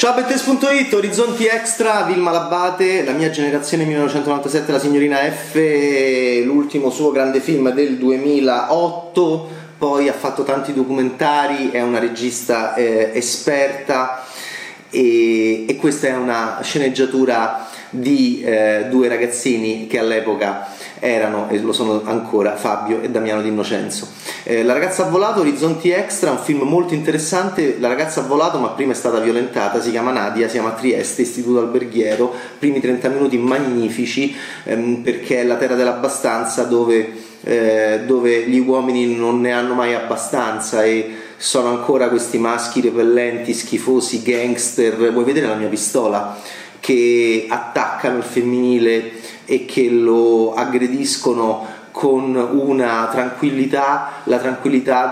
Ciao Bettes.it, Orizzonti Extra, Vilma Labate, La mia generazione 1997, La signorina F, l'ultimo suo grande film del 2008, poi ha fatto tanti documentari, è una regista esperta e questa è una sceneggiatura di due ragazzini che all'epoca erano e lo sono ancora, Fabio e Damiano D'Innocenzo. La ragazza ha volato, Orizzonti Extra, un film molto interessante. La ragazza ha volato ma prima è stata violentata, si chiama Nadia, siamo a Trieste, Istituto Alberghiero, primi 30 minuti magnifici, perché è la terra dell'abbastanza dove gli uomini non ne hanno mai abbastanza e sono ancora questi maschi repellenti, schifosi, gangster. Vuoi vedere la mia pistola? Che attaccano il femminile e che lo aggrediscono con una tranquillità, la tranquillità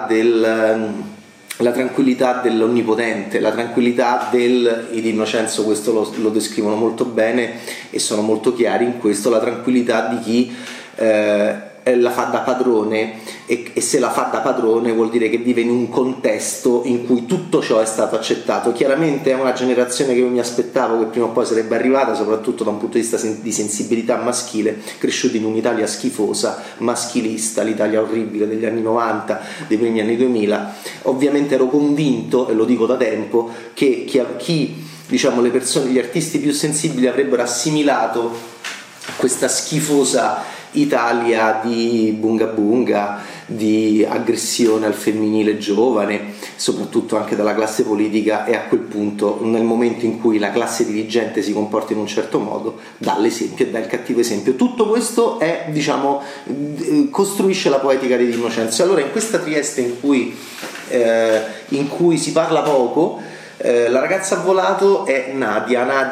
dell'onnipotente, la tranquillità di Innocenzo, questo lo descrivono molto bene e sono molto chiari in questo, la tranquillità di chi la fa da padrone e se la fa da padrone vuol dire che vive in un contesto in cui tutto ciò è stato accettato. Chiaramente è una generazione che io mi aspettavo che prima o poi sarebbe arrivata, soprattutto da un punto di vista di sensibilità maschile, cresciuti in un'Italia schifosa, maschilista, l'Italia orribile degli anni 90, dei primi anni 2000. Ovviamente ero convinto, e lo dico da tempo, che chi diciamo le persone, gli artisti più sensibili avrebbero assimilato questa schifosa Italia di bunga bunga, di aggressione al femminile giovane, soprattutto anche dalla classe politica, e a quel punto, nel momento in cui la classe dirigente si comporta in un certo modo, dà l'esempio e dà il cattivo esempio. Tutto questo è, diciamo, costruisce la poetica di Innocenzo. Allora, in questa Trieste in cui si parla poco, la ragazza ha volato è Nadia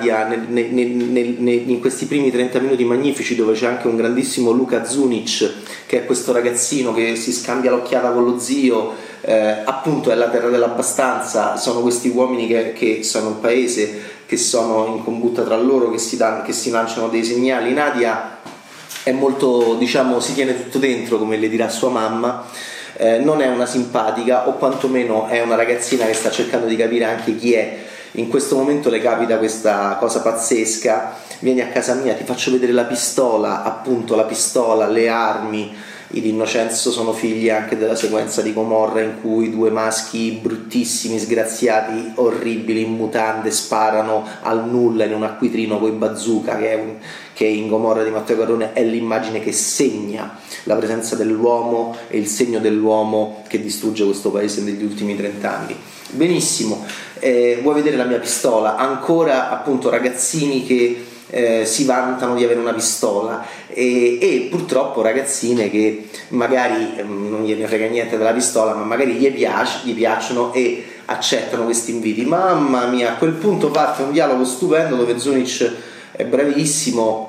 in questi primi 30 minuti magnifici, dove c'è anche un grandissimo Luka Zunic, che è questo ragazzino che si scambia l'occhiata con lo zio, appunto è la terra dell'abbastanza, sono questi uomini che sono il paese, che sono in combutta tra loro, che si lanciano dei segnali. Nadia è molto, diciamo, si tiene tutto dentro, come le dirà sua mamma. Non è una simpatica, o quantomeno è una ragazzina che sta cercando di capire anche chi è. In questo momento le capita questa cosa pazzesca: vieni a casa mia, ti faccio vedere la pistola, appunto la pistola, le armi. I D'Innocenzo sono figli anche della sequenza di Gomorra, in cui due maschi bruttissimi, sgraziati, orribili, in mutande, sparano al nulla in un acquitrino coi bazooka, che in Gomorra di Matteo Garrone è l'immagine che segna la presenza dell'uomo e il segno dell'uomo che distrugge questo paese negli ultimi 30 anni. Benissimo, vuoi vedere la mia pistola? Ancora appunto ragazzini che si vantano di avere una pistola e purtroppo ragazzine che magari non gliene frega niente della pistola, ma magari gli piacciono e accettano questi inviti. Mamma mia, a quel punto parte un dialogo stupendo dove Zunic è bravissimo,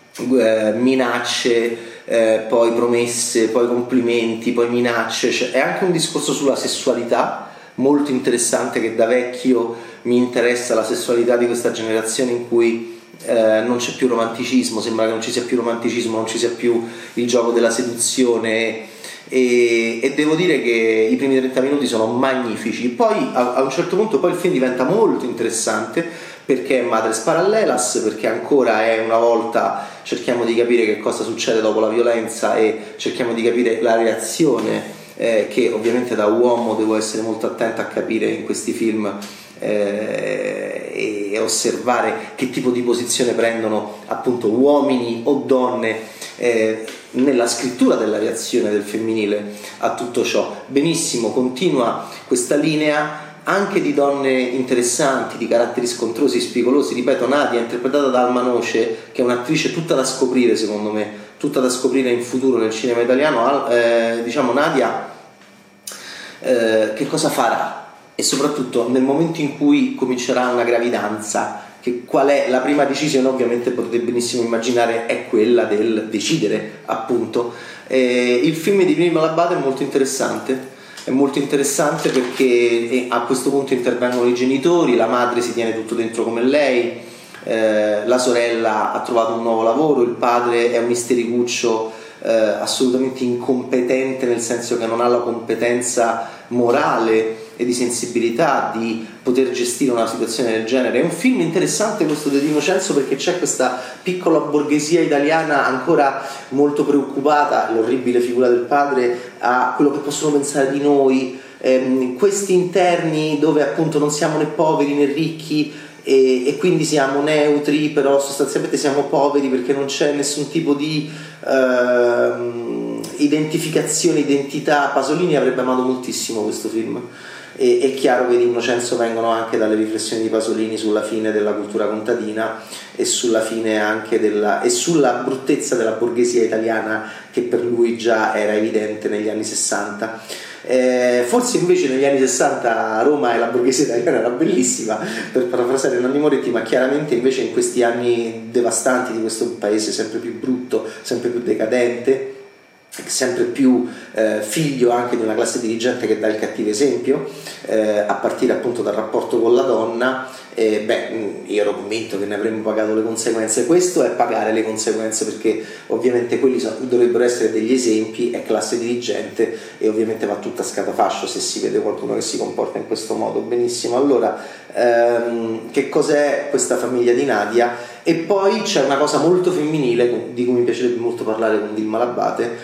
minacce, poi promesse, poi complimenti, poi minacce. È anche un discorso sulla sessualità molto interessante, che da vecchio mi interessa, la sessualità di questa generazione in cui non c'è più romanticismo, sembra che non ci sia più romanticismo, non ci sia più il gioco della seduzione, e devo dire che i primi 30 minuti sono magnifici. Poi a un certo punto poi il film diventa molto interessante, perché è Madres Paralelas, perché ancora è una volta cerchiamo di capire che cosa succede dopo la violenza e cerchiamo di capire la reazione, che ovviamente da uomo devo essere molto attento a capire in questi film, e osservare che tipo di posizione prendono appunto uomini o donne nella scrittura della reazione del femminile a tutto ciò. Benissimo, continua questa linea anche di donne interessanti, di caratteri scontrosi, spigolosi. Ripeto, Nadia interpretata da Alma Noce, che è un'attrice tutta da scoprire, secondo me, tutta da scoprire in futuro nel cinema italiano. Diciamo Nadia che cosa farà? E soprattutto nel momento in cui comincerà una gravidanza, che qual è la prima decisione? Ovviamente potete benissimo immaginare è quella del decidere, appunto. Il film di Vilma Labate è molto interessante perché a questo punto intervengono i genitori, la madre si tiene tutto dentro come lei, la sorella ha trovato un nuovo lavoro, il padre è un mistericuccio assolutamente incompetente, nel senso che non ha la competenza morale e di sensibilità di poter gestire una situazione del genere. È un film interessante questo di Innocenzo, perché c'è questa piccola borghesia italiana ancora molto preoccupata, l'orribile figura del padre, a quello che possono pensare di noi, questi interni dove appunto non siamo né poveri né ricchi, e quindi siamo neutri, però sostanzialmente siamo poveri perché non c'è nessun tipo di identificazione, identità. Pasolini avrebbe amato moltissimo questo film, e è chiaro che di Innocenzo vengono anche dalle riflessioni di Pasolini sulla fine della cultura contadina e sulla fine anche e sulla bruttezza della borghesia italiana, che per lui già era evidente negli anni 60. Forse invece negli anni 60 Roma e la borghesia italiana era bellissima, per parafrasare Nanni Moretti, ma chiaramente invece in questi anni devastanti di questo paese sempre più brutto, sempre più decadente, sempre più figlio anche di una classe dirigente che dà il cattivo esempio, a partire appunto dal rapporto con la donna, io ero convinto che ne avremmo pagato le conseguenze. Questo è pagare le conseguenze, perché ovviamente quelli dovrebbero essere degli esempi, è classe dirigente e ovviamente va tutta a scatafascio se si vede qualcuno che si comporta in questo modo. Benissimo, allora che cos'è questa famiglia di Nadia? E poi c'è una cosa molto femminile di cui mi piacerebbe molto parlare con Vilma Labate,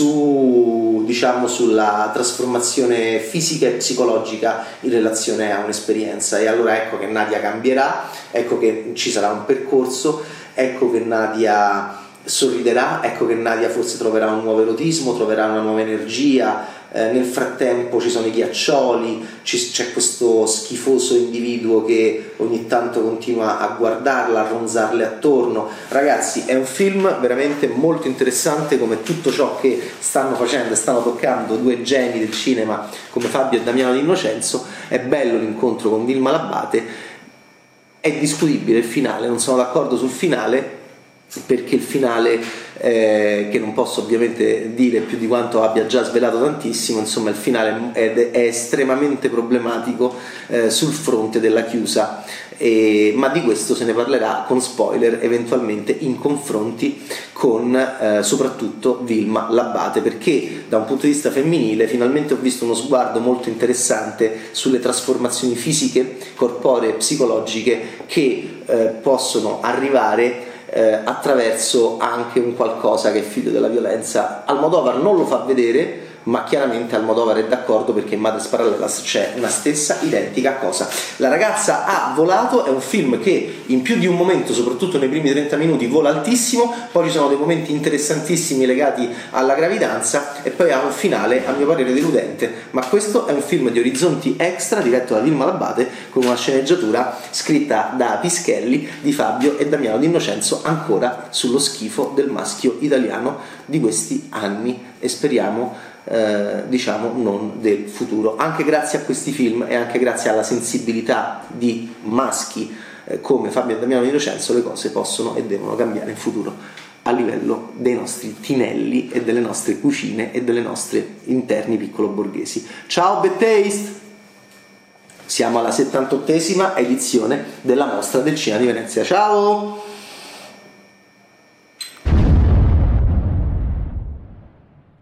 sulla trasformazione fisica e psicologica in relazione a un'esperienza. E allora ecco che Nadia cambierà, ecco che ci sarà un percorso, ecco che Nadia sorriderà, ecco che Nadia forse troverà un nuovo erotismo, troverà una nuova energia. Nel frattempo ci sono i ghiaccioli, c'è questo schifoso individuo che ogni tanto continua a guardarla, a ronzarle attorno. Ragazzi, è un film veramente molto interessante, come tutto ciò che stanno facendo e stanno toccando due geni del cinema come Fabio e Damiano Di Innocenzo. È bello l'incontro con Vilma Labate, è discutibile il finale, non sono d'accordo sul finale, perché il finale, che non posso ovviamente dire più di quanto abbia già svelato tantissimo, insomma il finale è estremamente problematico sul fronte della chiusa, ma di questo se ne parlerà con spoiler eventualmente in confronti con soprattutto Vilma Labate, perché da un punto di vista femminile finalmente ho visto uno sguardo molto interessante sulle trasformazioni fisiche, corporee e psicologiche che possono arrivare attraverso anche un qualcosa che è figlio della violenza. Almodovar non lo fa vedere, ma chiaramente Almodovar è d'accordo, perché in Madres Paralelas c'è una stessa identica cosa. La ragazza ha volato è un film che in più di un momento, soprattutto nei primi 30 minuti, vola altissimo, poi ci sono dei momenti interessantissimi legati alla gravidanza e poi ha un finale a mio parere deludente. Ma questo è un film di Orizzonti Extra, diretto da Vilma Labate, con una sceneggiatura scritta da Pischelli, di Fabio e Damiano Di Innocenzo, ancora sullo schifo del maschio italiano di questi anni, e speriamo non del futuro. Anche grazie a questi film e anche grazie alla sensibilità di maschi come Fabio e Damiano Di Innocenzo, le cose possono e devono cambiare in futuro a livello dei nostri tinelli e delle nostre cucine e delle nostre interni piccolo borghesi. Ciao Bad Taste! Siamo alla 78esima edizione della Mostra del Cinema di Venezia. Ciao!